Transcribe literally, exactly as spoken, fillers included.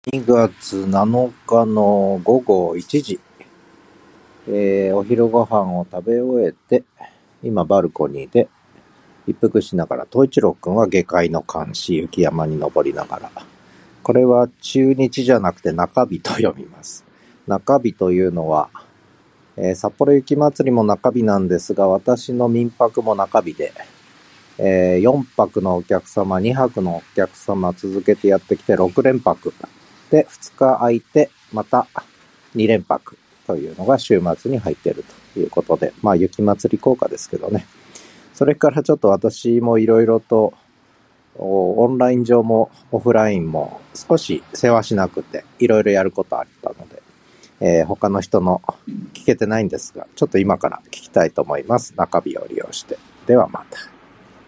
にがつなのかのごごいちじ、えー、お昼ご飯を食べ終えて、今バルコニーで一服しながら、東一郎くんは下界の監視、雪山に登りながら、これは中日じゃなくて中日と読みます。中日というのは、えー、札幌雪まつりも中日なんですが、私の民泊も中日で、えー、よんぱくのお客様、にはくのお客様続けてやってきてろくれんぱくでふつか空いてまたにれんぱくというのが週末に入っているということで、まあ雪まつり効果ですけどね。それからちょっと私もいろいろとオンライン上もオフラインも少し世話しなくていろいろやることあったので、えー、他の人の聞けてないんですが、ちょっと今から聞きたいと思います。中日を利用して。ではまた。